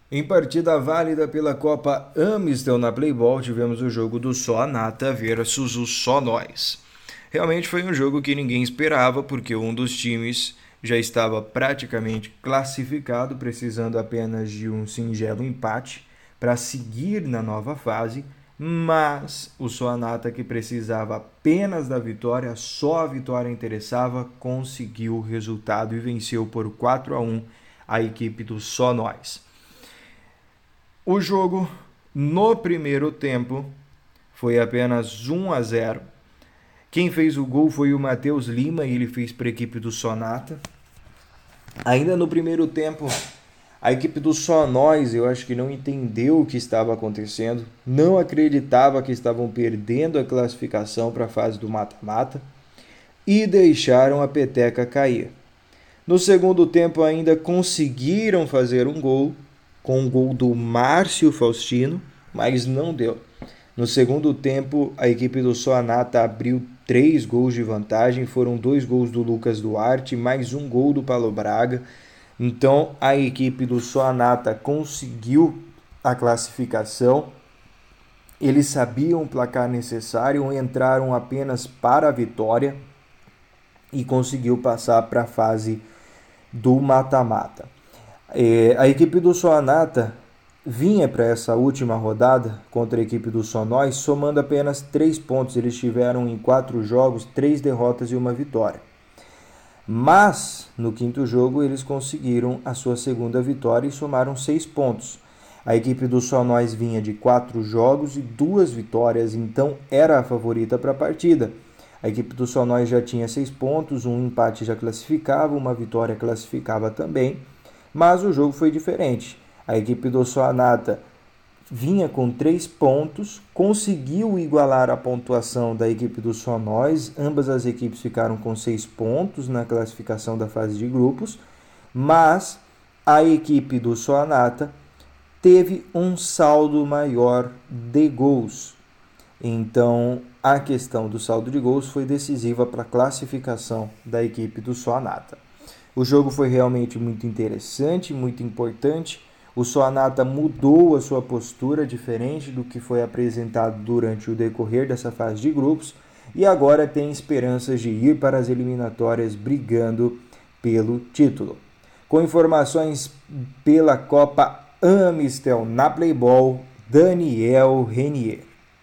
Em partida válida pela Copa Amistel na Playball, tivemos o jogo do Só a Nata versus o Só Nós. Realmente foi um jogo que ninguém esperava, porque um dos times já estava praticamente classificado, precisando apenas de um singelo empate para seguir na nova fase, mas o Só a Nata, que precisava apenas da vitória, só a vitória interessava, conseguiu o resultado e venceu por 4-1 a equipe do Só Nós. O jogo, no primeiro tempo, foi apenas 1-0. Quem fez o gol foi o Matheus Lima e ele fez para a equipe do Sonata. Ainda no primeiro tempo, a equipe do Só Nós, eu acho que não entendeu o que estava acontecendo, não acreditava que estavam perdendo a classificação para a fase do mata-mata e deixaram a peteca cair. No segundo tempo ainda conseguiram fazer um gol, com o gol do Márcio Faustino, mas não deu. No segundo tempo, a equipe do Só a Nata abriu 3 gols de vantagem, foram 2 gols do Lucas Duarte, mais um gol do Paulo Braga. Então, a equipe do Só a Nata conseguiu a classificação. Eles sabiam o placar necessário, entraram apenas para a vitória e conseguiu passar para a fase do mata-mata. A equipe do Só a Nata vinha para essa última rodada contra a equipe do Só Nós somando apenas 3 pontos. Eles tiveram em 4 jogos 3 derrotas e 1 vitória. Mas no quinto jogo eles conseguiram a sua segunda vitória e somaram 6 pontos. A equipe do Só Nós vinha de 4 jogos e 2 vitórias, então era a favorita para a partida. A equipe do Só Nós já tinha 6 pontos, um empate já classificava, uma vitória classificava também. Mas o jogo foi diferente. A equipe do Só a Nata vinha com 3 pontos, conseguiu igualar a pontuação da equipe do Só Nós. Ambas as equipes ficaram com 6 pontos na classificação da fase de grupos, mas a equipe do Só a Nata teve um saldo maior de gols. Então, a questão do saldo de gols foi decisiva para a classificação da equipe do Só a Nata. O jogo foi realmente muito interessante, muito importante. O Só a Nata mudou a sua postura, diferente do que foi apresentado durante o decorrer dessa fase de grupos, e agora tem esperanças de ir para as eliminatórias brigando pelo título. Com informações pela Copa Amistel na Playball, Daniel Renier.